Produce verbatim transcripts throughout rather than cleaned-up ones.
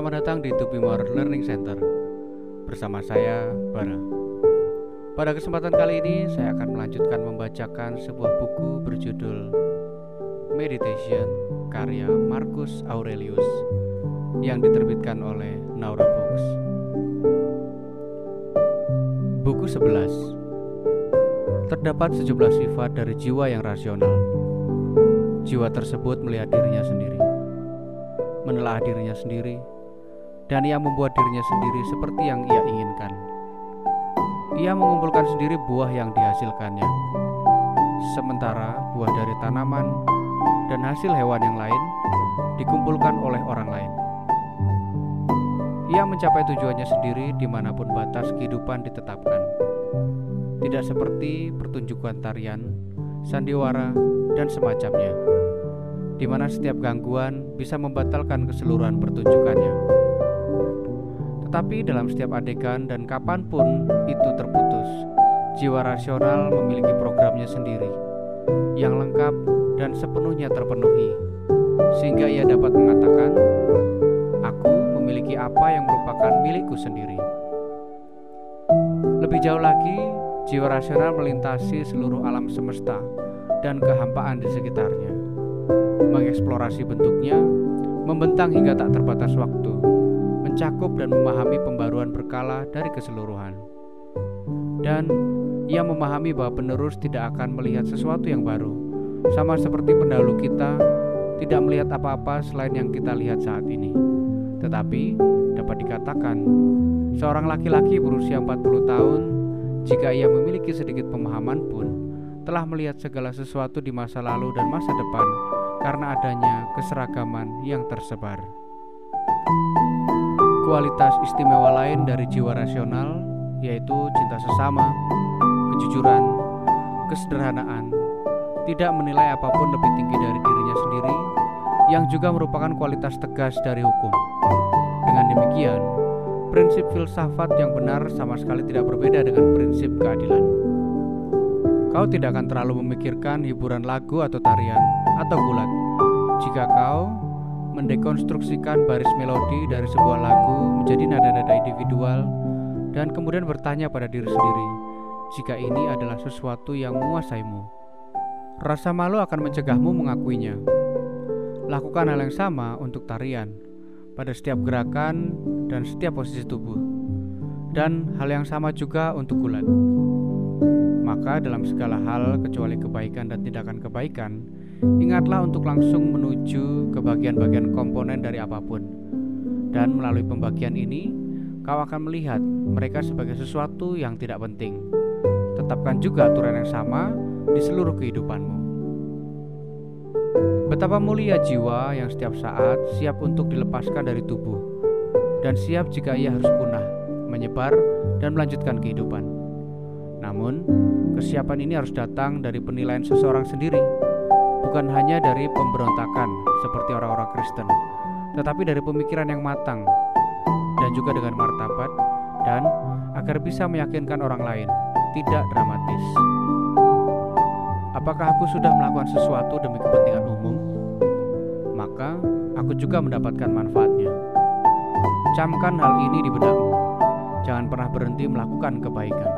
Selamat datang di Tupimor Learning Center. Bersama saya, Bara. Pada kesempatan kali ini, saya akan melanjutkan membacakan sebuah buku berjudul Meditation, karya Marcus Aurelius, yang diterbitkan oleh Naura Books. Buku sebelas. Terdapat sejumlah sifat dari jiwa yang rasional. Jiwa tersebut melihat dirinya sendiri, menelaah dirinya sendiri, dan ia membuat dirinya sendiri seperti yang ia inginkan. Ia mengumpulkan sendiri buah yang dihasilkannya, sementara buah dari tanaman dan hasil hewan yang lain dikumpulkan oleh orang lain. Ia mencapai tujuannya sendiri dimanapun batas kehidupan ditetapkan. Tidak seperti pertunjukan tarian, sandiwara, dan semacamnya, di mana setiap gangguan bisa membatalkan keseluruhan pertunjukannya. Tetapi dalam setiap adegan dan kapanpun itu terputus, jiwa rasional memiliki programnya sendiri, yang lengkap dan sepenuhnya terpenuhi, sehingga ia dapat mengatakan, "Aku memiliki apa yang merupakan milikku sendiri." Lebih jauh lagi, jiwa rasional melintasi seluruh alam semesta dan kehampaan di sekitarnya, mengeksplorasi bentuknya, membentang hingga tak terbatas waktu, mencakup dan memahami pembaruan berkala dari keseluruhan. Dan ia memahami bahwa penerus tidak akan melihat sesuatu yang baru, sama seperti pendahulu kita tidak melihat apa-apa selain yang kita lihat saat ini. Tetapi dapat dikatakan, seorang laki-laki berusia empat puluh tahun, jika ia memiliki sedikit pemahaman pun, telah melihat segala sesuatu di masa lalu dan masa depan karena adanya keseragaman yang tersebar. Kualitas istimewa lain dari jiwa rasional yaitu cinta sesama, kejujuran, kesederhanaan, tidak menilai apapun lebih tinggi dari dirinya sendiri, yang juga merupakan kualitas tegas dari hukum. Dengan demikian, prinsip filsafat yang benar sama sekali tidak berbeda dengan prinsip keadilan. Kau tidak akan terlalu memikirkan hiburan lagu atau tarian atau gulat jika kau mendekonstruksikan baris melodi dari sebuah lagu menjadi nada-nada individual dan kemudian bertanya pada diri sendiri jika ini adalah sesuatu yang menguasaimu. Rasa malu akan mencegahmu mengakuinya. Lakukan hal yang sama untuk tarian pada setiap gerakan dan setiap posisi tubuh, dan hal yang sama juga untuk gulat. Maka dalam segala hal kecuali kebaikan dan tindakan kebaikan, ingatlah untuk langsung menuju ke bagian-bagian komponen dari apapun. Dan melalui pembagian ini, kau akan melihat mereka sebagai sesuatu yang tidak penting. Tetapkan juga aturan yang sama di seluruh kehidupanmu. Betapa mulia jiwa yang setiap saat siap untuk dilepaskan dari tubuh, dan siap jika ia harus punah, menyebar, dan melanjutkan kehidupan. Namun, kesiapan ini harus datang dari penilaian seseorang sendiri, bukan hanya dari pemberontakan seperti orang-orang Kristen, tetapi dari pemikiran yang matang, dan juga dengan martabat, dan agar bisa meyakinkan orang lain, tidak dramatis. Apakah aku sudah melakukan sesuatu demi kepentingan umum? Maka aku juga mendapatkan manfaatnya. Camkan hal ini di benakmu. Jangan pernah berhenti melakukan kebaikan.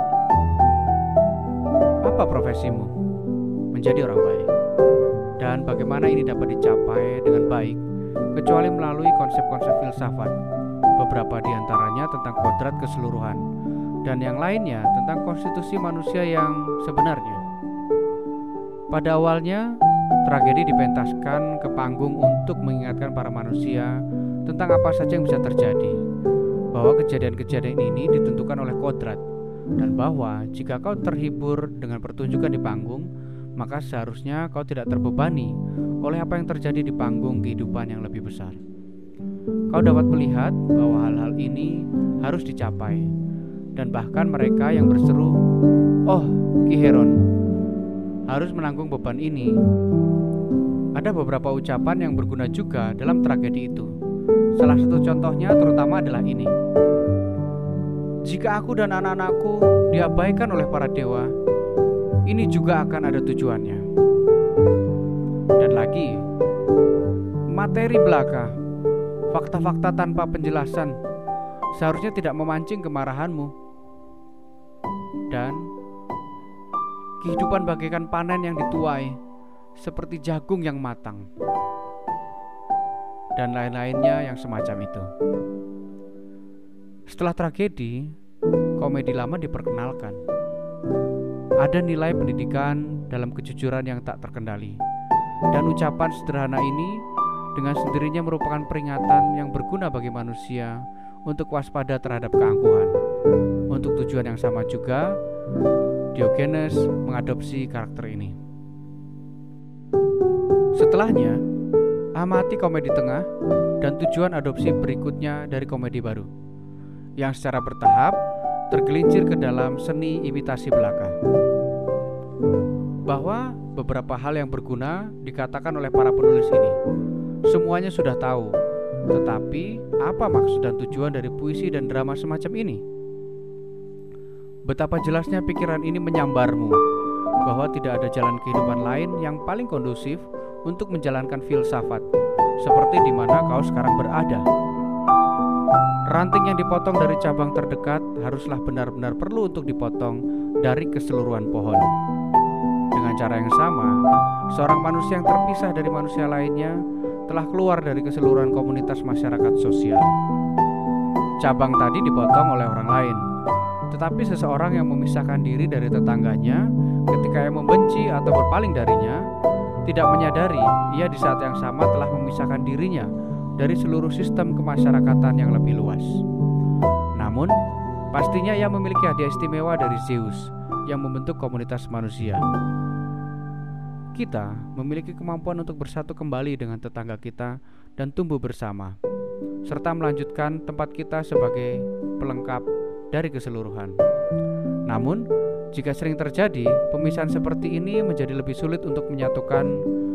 Apa profesimu? Menjadi orang baik. Dan bagaimana ini dapat dicapai dengan baik kecuali melalui konsep-konsep filsafat, beberapa di antaranya tentang kodrat keseluruhan, dan yang lainnya tentang konstitusi manusia yang sebenarnya. Pada awalnya, tragedi dipentaskan ke panggung untuk mengingatkan para manusia tentang apa saja yang bisa terjadi, bahwa kejadian-kejadian ini ditentukan oleh kodrat, dan bahwa jika kau terhibur dengan pertunjukan di panggung, maka seharusnya kau tidak terbebani oleh apa yang terjadi di panggung kehidupan yang lebih besar. Kau dapat melihat bahwa hal-hal ini harus dicapai, dan bahkan mereka yang berseru, "Oh, Ki Heron, harus menanggung beban ini." Ada beberapa ucapan yang berguna juga dalam tragedi itu. Salah satu contohnya terutama adalah ini: "Jika aku dan anak-anakku diabaikan oleh para dewa, ini juga akan ada tujuannya." Dan lagi, "Materi belaka, fakta-fakta tanpa penjelasan seharusnya tidak memancing kemarahanmu. Dan kehidupan bagaikan panen yang dituai, seperti jagung yang matang, dan lain-lainnya yang semacam itu. Setelah tragedi, komedi lama diperkenalkan. Ada nilai pendidikan dalam kejujuran yang tak terkendali, dan ucapan sederhana ini dengan sendirinya merupakan peringatan yang berguna bagi manusia untuk waspada terhadap keangkuhan. Untuk tujuan yang sama juga, Diogenes mengadopsi karakter ini. Setelahnya, amati komedi tengah dan tujuan adopsi berikutnya dari komedi baru, yang secara bertahap tergelincir ke dalam seni imitasi belaka. Bahwa beberapa hal yang berguna dikatakan oleh para penulis ini, semuanya sudah tahu. Tetapi apa maksud dan tujuan dari puisi dan drama semacam ini? Betapa jelasnya pikiran ini menyambarmu bahwa tidak ada jalan kehidupan lain yang paling kondusif untuk menjalankan filsafat, seperti di mana kau sekarang berada. Ranting yang dipotong dari cabang terdekat haruslah benar-benar perlu untuk dipotong dari keseluruhan pohon. Dengan cara yang sama, seorang manusia yang terpisah dari manusia lainnya telah keluar dari keseluruhan komunitas masyarakat sosial. Cabang tadi dipotong oleh orang lain, tetapi seseorang yang memisahkan diri dari tetangganya ketika ia membenci atau berpaling darinya, tidak menyadari ia di saat yang sama telah memisahkan dirinya dari seluruh sistem kemasyarakatan yang lebih luas. Namun, pastinya ia memiliki hadiah istimewa dari Zeus yang membentuk komunitas manusia. Kita memiliki kemampuan untuk bersatu kembali dengan tetangga kita dan tumbuh bersama, serta melanjutkan tempat kita sebagai pelengkap dari keseluruhan. Namun, jika sering terjadi, pemisahan seperti ini menjadi lebih sulit untuk menyatukan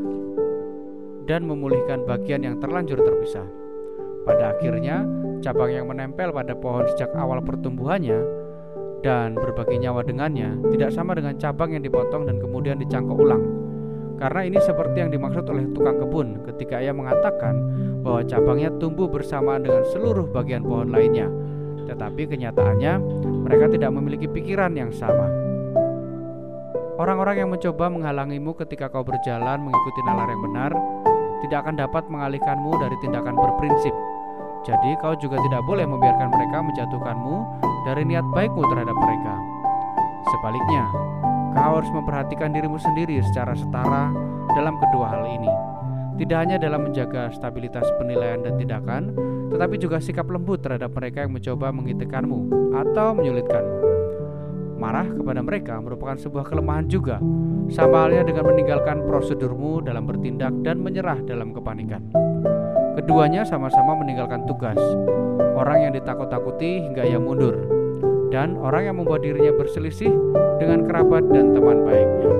dan memulihkan bagian yang terlanjur terpisah. Pada akhirnya, cabang yang menempel pada pohon sejak awal pertumbuhannya dan berbagi nyawa dengannya tidak sama dengan cabang yang dipotong dan kemudian dicangkok ulang. Karena ini seperti yang dimaksud oleh tukang kebun ketika ia mengatakan bahwa cabangnya tumbuh bersamaan dengan seluruh bagian pohon lainnya. Tetapi kenyataannya mereka tidak memiliki pikiran yang sama. Orang-orang yang mencoba menghalangimu ketika kau berjalan mengikuti nalar yang benar tidak akan dapat mengalihkanmu dari tindakan berprinsip. Jadi kau juga tidak boleh membiarkan mereka menjatuhkanmu dari niat baikmu terhadap mereka. Sebaliknya, kau harus memperhatikan dirimu sendiri secara setara dalam kedua hal ini. Tidak hanya dalam menjaga stabilitas penilaian dan tindakan, tetapi juga sikap lembut terhadap mereka yang mencoba mengintikanmu atau menyulitkanmu. Marah kepada mereka merupakan sebuah kelemahan juga, sama halnya dengan meninggalkan prosedurmu dalam bertindak dan menyerah dalam kepanikan. Keduanya sama-sama meninggalkan tugas, orang yang ditakut-takuti hingga ia mundur, dan orang yang membuat dirinya berselisih dengan kerabat dan teman baiknya.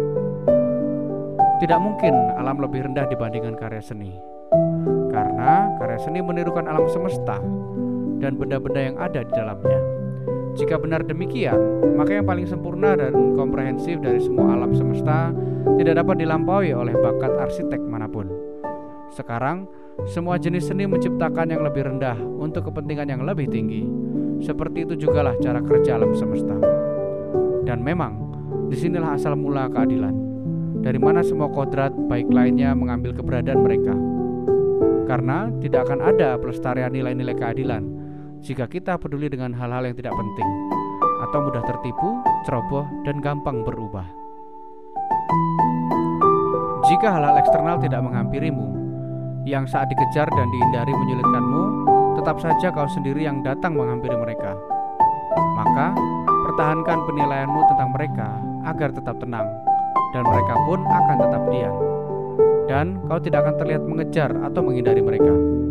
Tidak mungkin alam lebih rendah dibandingkan karya seni, karena karya seni menirukan alam semesta dan benda-benda yang ada di dalamnya. Jika benar demikian, maka yang paling sempurna dan komprehensif dari semua alam semesta tidak dapat dilampaui oleh bakat arsitek manapun. Sekarang, semua jenis seni menciptakan yang lebih rendah untuk kepentingan yang lebih tinggi. Seperti itu jugalah cara kerja alam semesta. Dan memang, disinilah asal mula keadilan, dari mana semua kodrat baik lainnya mengambil keberadaan mereka. Karena tidak akan ada pelestarian nilai-nilai keadilan jika kita peduli dengan hal-hal yang tidak penting, atau mudah tertipu, ceroboh, dan gampang berubah. Jika hal-hal eksternal tidak menghampirimu, yang saat dikejar dan dihindari menyulitkanmu, tetap saja kau sendiri yang datang menghampiri mereka. Maka, pertahankan penilaianmu tentang mereka agar tetap tenang, dan mereka pun akan tetap diam. Dan kau tidak akan terlihat mengejar atau menghindari mereka.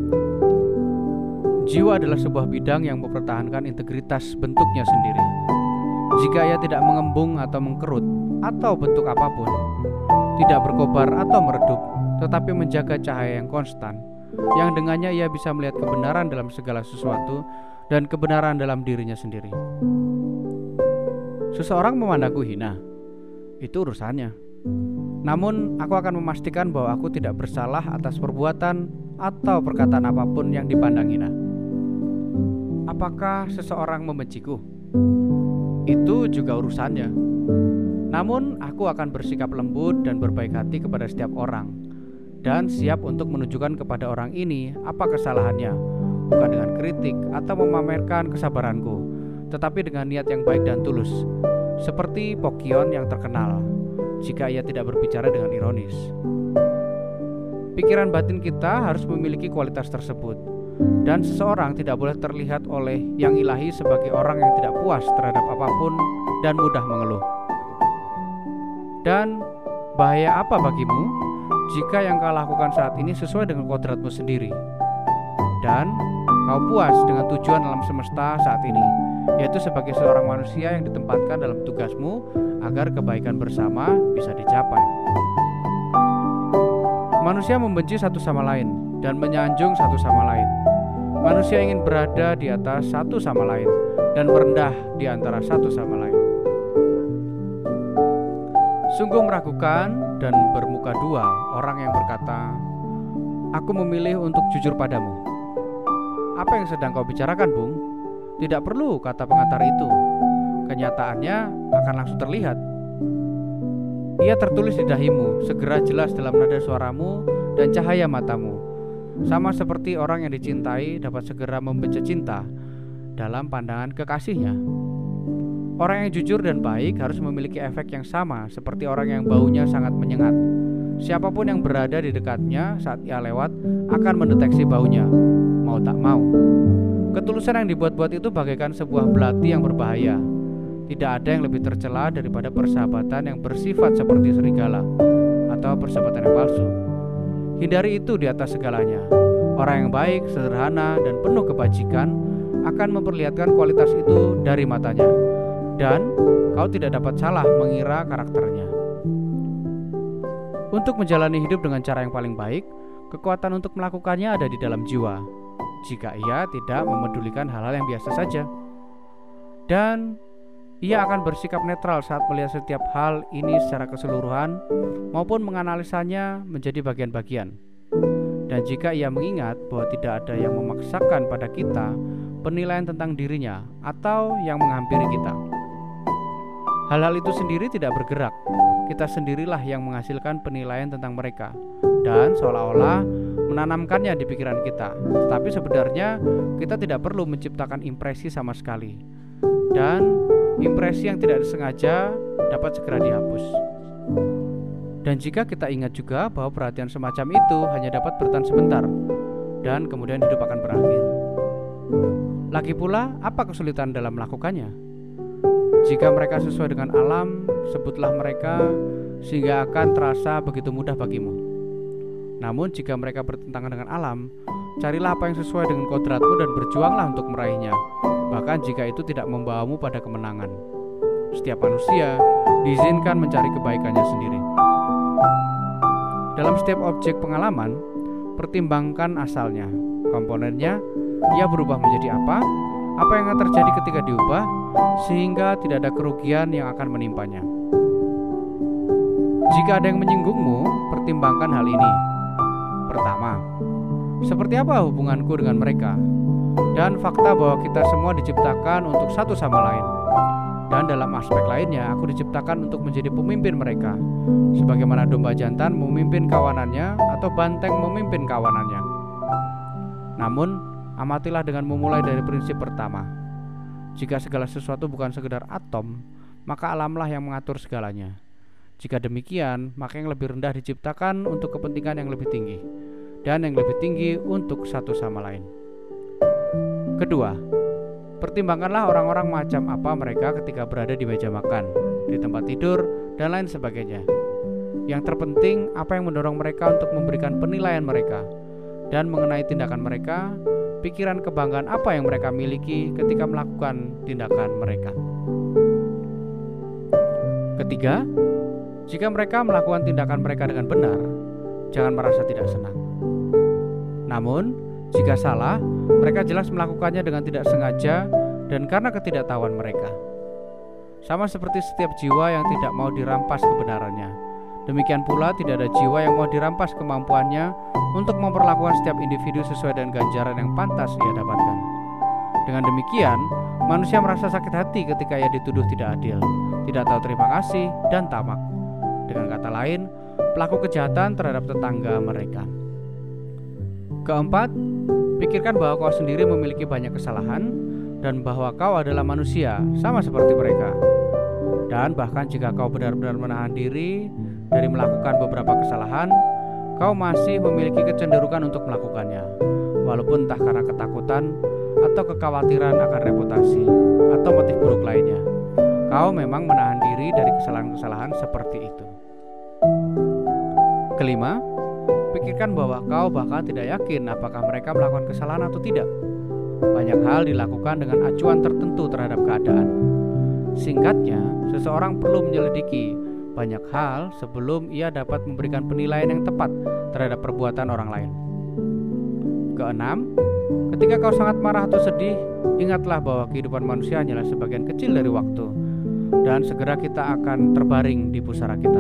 Jiwa adalah sebuah bidang yang mempertahankan integritas bentuknya sendiri. Jika ia tidak mengembung atau mengkerut atau bentuk apapun, tidak berkobar atau meredup, tetapi menjaga cahaya yang konstan, yang dengannya ia bisa melihat kebenaran dalam segala sesuatu dan kebenaran dalam dirinya sendiri. Seseorang memandangku hina, itu urusannya. Namun aku akan memastikan bahwa aku tidak bersalah atas perbuatan atau perkataan apapun yang dipandang hina. Apakah seseorang membenciku? Itu juga urusannya. Namun aku akan bersikap lembut dan berbaik hati kepada setiap orang, dan siap untuk menunjukkan kepada orang ini apa kesalahannya, bukan dengan kritik atau memamerkan kesabaranku, tetapi dengan niat yang baik dan tulus. Seperti Pokyon yang terkenal, jika ia tidak berbicara dengan ironis. Pikiran batin kita harus memiliki kualitas tersebut, dan seseorang tidak boleh terlihat oleh yang ilahi sebagai orang yang tidak puas terhadap apapun dan mudah mengeluh. Dan bahaya apa bagimu jika yang kau lakukan saat ini sesuai dengan kodratmu sendiri, dan kau puas dengan tujuan alam semesta saat ini, yaitu sebagai seorang manusia yang ditempatkan dalam tugasmu agar kebaikan bersama bisa dicapai. Manusia membenci satu sama lain dan menyanjung satu sama lain. Manusia ingin berada di atas satu sama lain dan merendah di antara satu sama lain. Sungguh meragukan dan bermuka dua orang yang berkata, "Aku memilih untuk jujur padamu." Apa yang sedang kau bicarakan, Bung? Tidak perlu kata pengantar itu. Kenyataannya akan langsung terlihat. Ia tertulis di dahimu, segera jelas dalam nada suaramu dan cahaya matamu. Sama seperti orang yang dicintai dapat segera membenci cinta dalam pandangan kekasihnya. Orang yang jujur dan baik harus memiliki efek yang sama seperti orang yang baunya sangat menyengat. Siapapun yang berada di dekatnya saat ia lewat akan mendeteksi baunya, mau tak mau. Ketulusan yang dibuat-buat itu bagaikan sebuah belati yang berbahaya. Tidak ada yang lebih tercela daripada persahabatan yang bersifat seperti serigala atau persahabatan yang palsu. Hindari itu di atas segalanya. Orang yang baik, sederhana, dan penuh kebajikan akan memperlihatkan kualitas itu dari matanya, dan kau tidak dapat salah mengira karakternya. Untuk menjalani hidup dengan cara yang paling baik, kekuatan untuk melakukannya ada di dalam jiwa, jika ia tidak memedulikan hal-hal yang biasa saja. Dan ia akan bersikap netral saat melihat setiap hal ini secara keseluruhan maupun menganalisanya menjadi bagian-bagian. Dan jika ia mengingat bahwa tidak ada yang memaksakan pada kita penilaian tentang dirinya atau yang menghampiri kita, hal-hal itu sendiri tidak bergerak. Kita sendirilah yang menghasilkan penilaian tentang mereka dan seolah-olah menanamkannya di pikiran kita. Tetapi sebenarnya kita tidak perlu menciptakan impresi sama sekali. Dan impresi yang tidak disengaja dapat segera dihapus. Dan jika kita ingat juga bahwa perhatian semacam itu hanya dapat bertahan sebentar dan kemudian hidup akan berakhir. Lagi pula, apa kesulitan dalam melakukannya? Jika mereka sesuai dengan alam, sebutlah mereka sehingga akan terasa begitu mudah bagimu. Namun jika mereka bertentangan dengan alam, carilah apa yang sesuai dengan kodratmu dan berjuanglah untuk meraihnya, bahkan jika itu tidak membawamu pada kemenangan. Setiap manusia diizinkan mencari kebaikannya sendiri. Dalam setiap objek pengalaman, pertimbangkan asalnya, komponennya, ia berubah menjadi apa, apa yang akan terjadi ketika diubah, sehingga tidak ada kerugian yang akan menimpanya. Jika ada yang menyinggungmu, pertimbangkan hal ini. Pertama, seperti apa hubunganku dengan mereka? Dan fakta bahwa kita semua diciptakan untuk satu sama lain. Dan dalam aspek lainnya, aku diciptakan untuk menjadi pemimpin mereka, sebagaimana domba jantan memimpin kawanannya atau banteng memimpin kawanannya. Namun, amatilah dengan memulai dari prinsip pertama. Jika segala sesuatu bukan sekedar atom, maka alamlah yang mengatur segalanya. Jika demikian, maka yang lebih rendah diciptakan untuk kepentingan yang lebih tinggi, dan yang lebih tinggi untuk satu sama lain. Kedua, pertimbangkanlah orang-orang macam apa mereka ketika berada di meja makan, di tempat tidur, dan lain sebagainya. Yang terpenting, apa yang mendorong mereka untuk memberikan penilaian mereka, dan mengenai tindakan mereka, pikiran kebanggaan apa yang mereka miliki ketika melakukan tindakan mereka. Ketiga, jika mereka melakukan tindakan mereka dengan benar, jangan merasa tidak senang. Namun, jika salah, mereka jelas melakukannya dengan tidak sengaja dan karena ketidaktahuan mereka. Sama seperti setiap jiwa yang tidak mau dirampas kebenarannya Demikian pula tidak ada jiwa yang mau dirampas kemampuannya untuk memperlakukan setiap individu sesuai dengan ganjaran yang pantas ia dapatkan. Dengan demikian, manusia merasa sakit hati ketika ia dituduh tidak adil, tidak tahu terima kasih, dan tamak. Dengan kata lain, pelaku kejahatan terhadap tetangga mereka. Keempat, pikirkan bahwa kau sendiri memiliki banyak kesalahan dan bahwa kau adalah manusia, sama seperti mereka. Dan bahkan jika kau benar-benar menahan diri dari melakukan beberapa kesalahan, kau masih memiliki kecenderungan untuk melakukannya, walaupun entah karena ketakutan atau kekhawatiran akan reputasi atau motif buruk lainnya. Kau memang menahan diri dari kesalahan-kesalahan seperti itu. Kelima, pikirkan bahwa kau bahkan tidak yakin apakah mereka melakukan kesalahan atau tidak. Banyak hal dilakukan dengan acuan tertentu terhadap keadaan. Singkatnya, seseorang perlu menyelidiki banyak hal sebelum ia dapat memberikan penilaian yang tepat terhadap perbuatan orang lain. Keenam, ketika kau sangat marah atau sedih, ingatlah bahwa kehidupan manusia hanyalah sebagian kecil dari waktu, dan segera kita akan terbaring di pusara kita.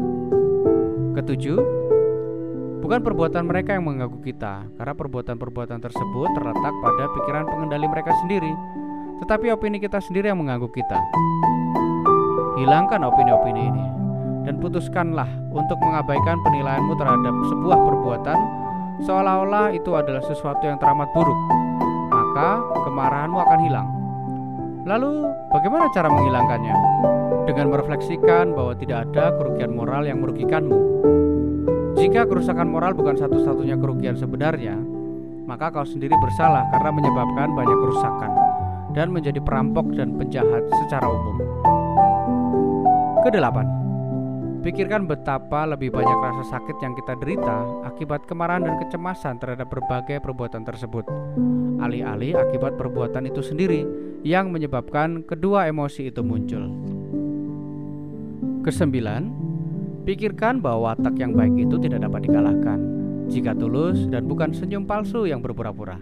Ketujuh, bukan perbuatan mereka yang mengganggu kita, karena perbuatan-perbuatan tersebut terletak pada pikiran pengendali mereka sendiri, tetapi opini kita sendiri yang mengganggu kita. Hilangkan opini-opini ini dan putuskanlah untuk mengabaikan penilaianmu terhadap sebuah perbuatan seolah-olah itu adalah sesuatu yang teramat buruk. Maka kemarahanmu akan hilang. Lalu bagaimana cara menghilangkannya? Dengan merefleksikan bahwa tidak ada kerugian moral yang merugikanmu. Jika kerusakan moral bukan satu-satunya kerugian sebenarnya, maka kau sendiri bersalah karena menyebabkan banyak kerusakan dan menjadi perampok dan penjahat secara umum. Kedelapan, pikirkan betapa lebih banyak rasa sakit yang kita derita akibat kemarahan dan kecemasan terhadap berbagai perbuatan tersebut, alih-alih akibat perbuatan itu sendiri yang menyebabkan kedua emosi itu muncul. Kesembilan, pikirkan bahwa watak yang baik itu tidak dapat dikalahkan jika tulus dan bukan senyum palsu yang berpura-pura.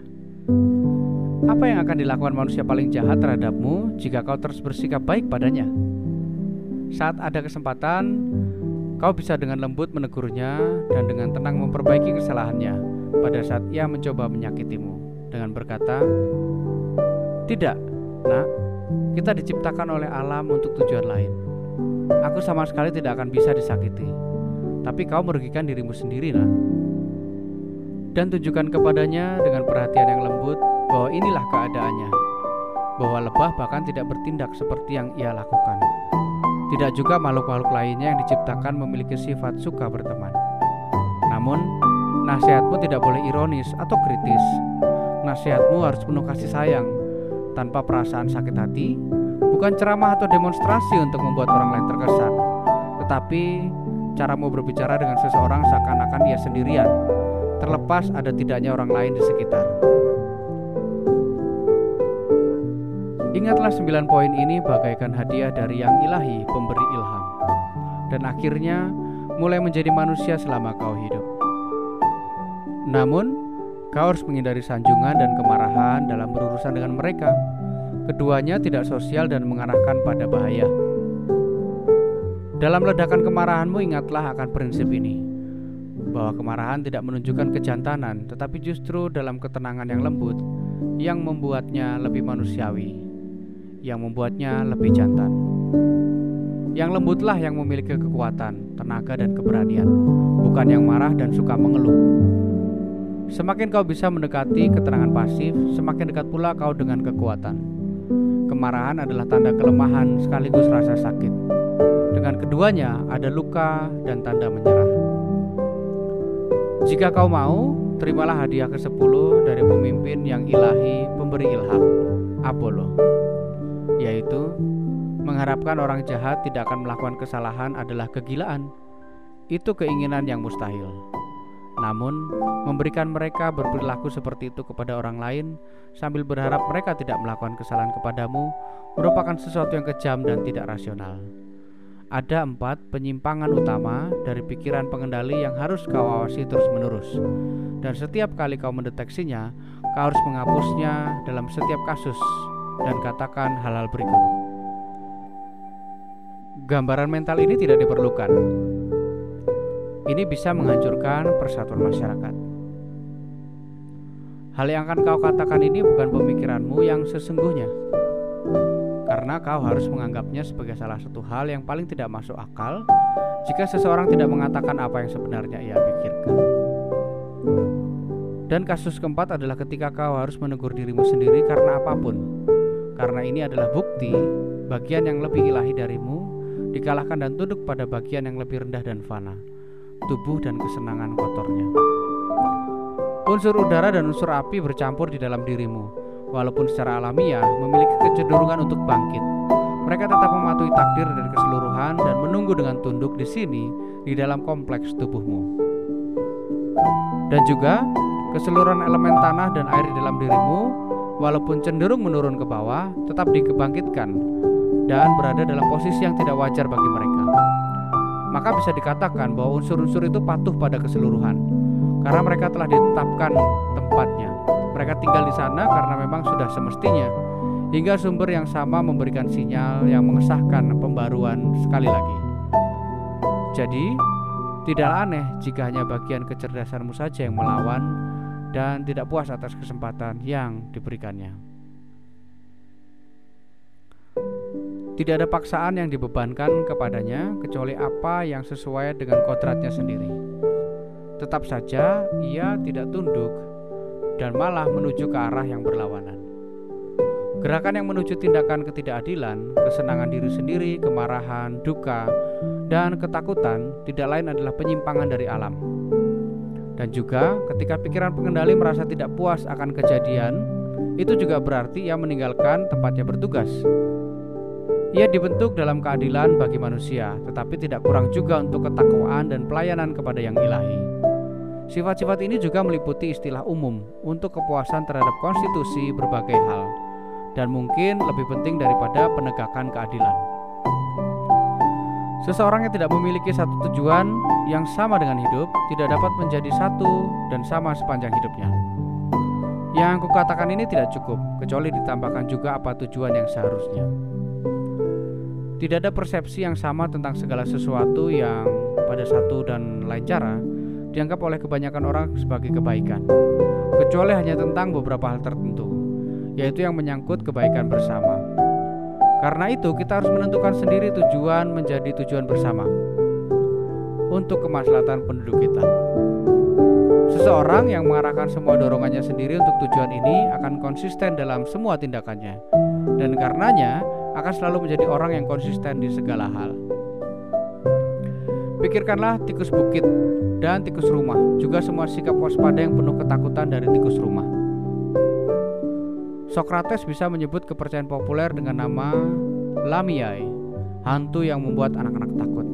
Apa yang akan dilakukan manusia paling jahat terhadapmu jika kau terus bersikap baik padanya? Saat ada kesempatan, kau bisa dengan lembut menegurnya dan dengan tenang memperbaiki kesalahannya pada saat ia mencoba menyakitimu dengan berkata, "Tidak, nak, kita diciptakan oleh alam untuk tujuan lain. Aku sama sekali tidak akan bisa disakiti, tapi kau merugikan dirimu sendiri, nak." Dan tunjukkan kepadanya dengan perhatian yang lembut bahwa inilah keadaannya, bahwa lebah bahkan tidak bertindak seperti yang ia lakukan. Tidak juga makhluk-makhluk lainnya yang diciptakan memiliki sifat suka berteman. Namun, nasihatmu tidak boleh ironis atau kritis. Nasihatmu harus penuh kasih sayang, tanpa perasaan sakit hati, bukan ceramah atau demonstrasi untuk membuat orang lain terkesan, tetapi caramu berbicara dengan seseorang seakan-akan dia sendirian, terlepas ada tidaknya orang lain di sekitar. Ingatlah sembilan poin ini bagaikan hadiah dari Yang Ilahi, pemberi ilham, dan akhirnya mulai menjadi manusia selama kau hidup. Namun, kau harus menghindari sanjungan dan kemarahan dalam berurusan dengan mereka. Keduanya tidak sosial dan mengarahkan pada bahaya. Dalam ledakan kemarahanmu, ingatlah akan prinsip ini, bahwa kemarahan tidak menunjukkan kejantanan, tetapi justru dalam ketenangan yang lembut yang membuatnya lebih manusiawi, yang membuatnya lebih jantan. Yang lembutlah yang memiliki kekuatan, tenaga dan keberanian, bukan yang marah dan suka mengeluh. Semakin kau bisa mendekati ketenangan pasif, semakin dekat pula kau dengan kekuatan. Kemarahan adalah tanda kelemahan sekaligus rasa sakit. Dengan keduanya ada luka dan tanda menyerah. Jika kau mau, terimalah hadiah kesepuluh dari pemimpin yang ilahi, pemberi ilham, Apollo, yaitu mengharapkan orang jahat tidak akan melakukan kesalahan adalah kegilaan. Itu keinginan yang mustahil. Namun, memberikan mereka berperilaku seperti itu kepada orang lain sambil berharap mereka tidak melakukan kesalahan kepadamu merupakan sesuatu yang kejam dan tidak rasional. Ada empat penyimpangan utama dari pikiran pengendali yang harus kau awasi terus-menerus, dan setiap kali kau mendeteksinya, kau harus menghapusnya dalam setiap kasus dan katakan hal-hal berikut. Gambaran mental ini tidak diperlukan. Ini bisa menghancurkan persatuan masyarakat. Hal yang akan kau katakan ini bukan pemikiranmu yang sesungguhnya, karena kau harus menganggapnya sebagai salah satu hal yang paling tidak masuk akal jika seseorang tidak mengatakan apa yang sebenarnya ia pikirkan. Dan kasus keempat adalah ketika kau harus menegur dirimu sendiri karena apapun, karena ini adalah bukti bagian yang lebih ilahi darimu dikalahkan dan tunduk pada bagian yang lebih rendah dan fana, tubuh dan kesenangan kotornya. Unsur udara dan unsur api bercampur di dalam dirimu. Walaupun secara alamiah memiliki kecenderungan untuk bangkit, mereka tetap mematuhi takdir dari keseluruhan dan menunggu dengan tunduk di sini di dalam kompleks tubuhmu. Dan juga keseluruhan elemen tanah dan air di dalam dirimu, walaupun cenderung menurun ke bawah, tetap dibangkitkan dan berada dalam posisi yang tidak wajar bagi mereka. Maka bisa dikatakan bahwa unsur-unsur itu patuh pada keseluruhan, karena mereka telah ditetapkan tempatnya. Mereka tinggal di sana karena memang sudah semestinya, hingga sumber yang sama memberikan sinyal yang mengesahkan pembaruan sekali lagi. Jadi, tidaklah aneh jika hanya bagian kecerdasanmu saja yang melawan dan tidak puas atas kesempatan yang diberikannya. Tidak ada paksaan yang dibebankan kepadanya kecuali apa yang sesuai dengan kodratnya sendiri. Tetap saja ia tidak tunduk dan malah menuju ke arah yang berlawanan. Gerakan yang menuju tindakan ketidakadilan, kesenangan diri sendiri, kemarahan, duka, dan ketakutan tidak lain adalah penyimpangan dari alam. Dan juga ketika pikiran pengendali merasa tidak puas akan kejadian, itu juga berarti ia meninggalkan tempatnya bertugas. Ia dibentuk dalam keadilan bagi manusia, tetapi tidak kurang juga untuk ketakwaan dan pelayanan kepada yang ilahi. Sifat-sifat ini juga meliputi istilah umum untuk kepuasan terhadap konstitusi berbagai hal, dan mungkin lebih penting daripada penegakan keadilan. Seseorang yang tidak memiliki satu tujuan yang sama dengan hidup tidak dapat menjadi satu dan sama sepanjang hidupnya. Yang kukatakan ini tidak cukup, kecuali ditambahkan juga apa tujuan yang seharusnya. Tidak ada persepsi yang sama tentang segala sesuatu yang pada satu dan lain cara dianggap oleh kebanyakan orang sebagai kebaikan, kecuali hanya tentang beberapa hal tertentu, yaitu yang menyangkut kebaikan bersama. Karena itu kita harus menentukan sendiri tujuan menjadi tujuan bersama untuk kemaslahatan penduduk kita. Seseorang yang mengarahkan semua dorongannya sendiri untuk tujuan ini akan konsisten dalam semua tindakannya, dan karenanya akan selalu menjadi orang yang konsisten di segala hal. Pikirkanlah tikus bukit dan tikus rumah, juga semua sikap waspada yang penuh ketakutan dari tikus rumah. Sokrates bisa menyebut kepercayaan populer dengan nama Lamiae, hantu yang membuat anak-anak takut.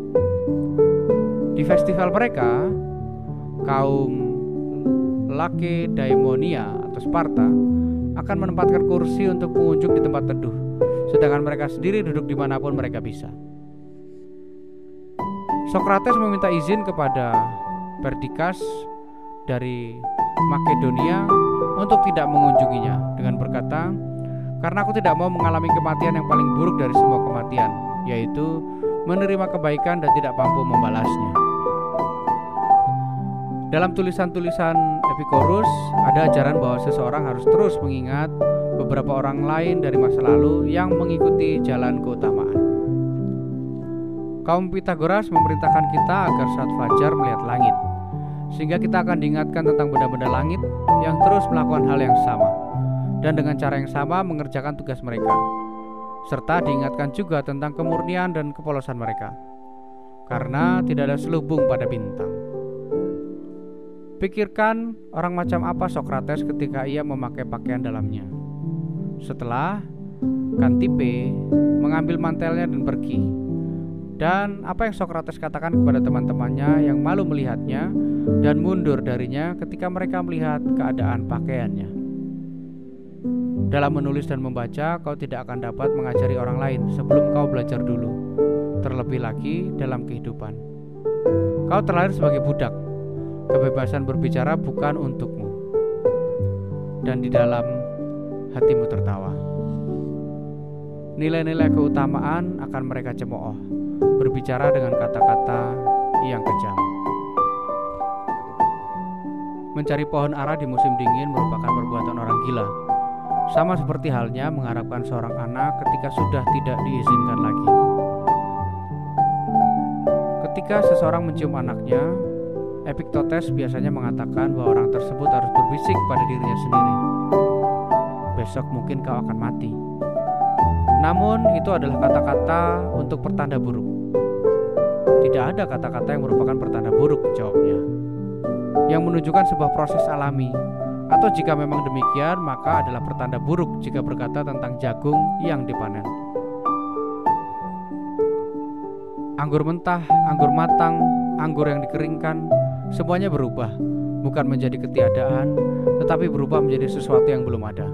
Di festival mereka, kaum Lakedaimonia atau Sparta akan menempatkan kursi untuk pengunjung di tempat teduh, sedangkan mereka sendiri duduk dimanapun mereka bisa. Sokrates meminta izin kepada Perdikas dari Makedonia untuk tidak mengunjunginya dengan berkata, "Karena aku tidak mau mengalami kematian yang paling buruk dari semua kematian, yaitu menerima kebaikan dan tidak mampu membalasnya." Dalam tulisan-tulisan Epicurus ada ajaran bahwa seseorang harus terus mengingat beberapa orang lain dari masa lalu yang mengikuti jalan keutamaan. Kaum Pitagoras memerintahkan kita agar saat fajar melihat langit, sehingga kita akan diingatkan tentang benda-benda langit yang terus melakukan hal yang sama dan dengan cara yang sama mengerjakan tugas mereka, serta diingatkan juga tentang kemurnian dan kepolosan mereka, karena tidak ada selubung pada bintang. Pikirkan orang macam apa Sokrates ketika ia memakai pakaian dalamnya. Setelah Kantipe mengambil mantelnya dan pergi. Dan apa yang Sokrates katakan kepada teman-temannya yang malu melihatnya dan mundur darinya ketika mereka melihat keadaan pakaiannya. Dalam menulis dan membaca, kau tidak akan dapat mengajari orang lain sebelum kau belajar dulu. Terlebih lagi dalam kehidupan, kau terlahir sebagai budak. Kebebasan berbicara bukan untukmu. Dan di dalam hatimu tertawa. Nilai-nilai keutamaan akan mereka cemooh, berbicara dengan kata-kata yang kejam. mencari pohon ara di musim dingin merupakan perbuatan orang gila. Sama seperti halnya mengharapkan seorang anak ketika sudah tidak diizinkan lagi. Ketika seseorang mencium anaknya, Epiktetos biasanya mengatakan bahwa orang tersebut harus berbisik pada dirinya sendiri, "Besok mungkin kau akan mati." Namun itu adalah kata-kata untuk pertanda buruk. Tidak ada kata-kata yang merupakan pertanda buruk, jawabnya, yang menunjukkan sebuah proses alami. Atau jika memang demikian, maka adalah pertanda buruk jika berkata tentang jagung yang dipanen. Anggur mentah, anggur matang, anggur yang dikeringkan, semuanya berubah, bukan menjadi ketiadaan, tetapi berubah menjadi sesuatu yang belum ada.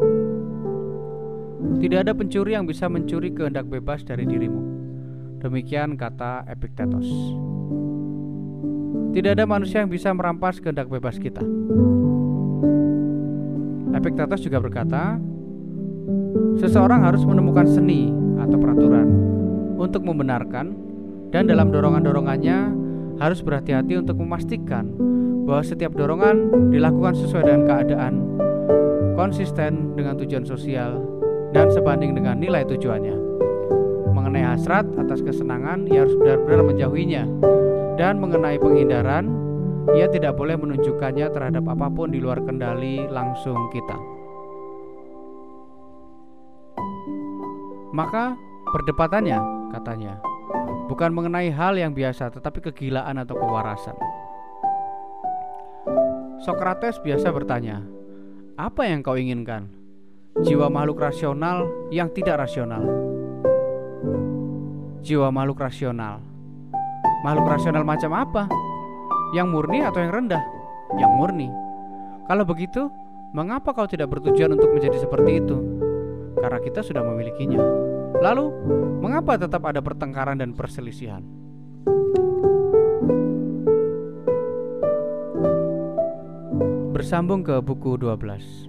Tidak ada pencuri yang bisa mencuri kehendak bebas dari dirimu. Demikian kata Epiktetos. Tidak ada manusia yang bisa merampas kehendak bebas kita. Epiktetos juga berkata, seseorang harus menemukan seni atau peraturan untuk membenarkan, dan dalam dorongan-dorongannya harus berhati-hati untuk memastikan bahwa setiap dorongan dilakukan sesuai dengan keadaan, konsisten dengan tujuan sosial, dan sebanding dengan nilai tujuannya. Mengenai hasrat atas kesenangan, ia harus benar-benar menjauhinya, dan mengenai penghindaran, ia tidak boleh menunjukkannya terhadap apapun di luar kendali langsung kita. Maka perdebatannya, katanya, bukan mengenai hal yang biasa, tetapi kegilaan atau kewarasan. Sokrates biasa bertanya, "Apa yang kau inginkan? Jiwa makhluk rasional yang tidak rasional." Jiwa makhluk rasional. Makhluk rasional macam apa? Yang murni atau yang rendah? Yang murni. Kalau begitu, mengapa kau tidak bertujuan untuk menjadi seperti itu? Karena kita sudah memilikinya. Lalu, mengapa tetap ada pertengkaran dan perselisihan? Bersambung ke buku dua belas.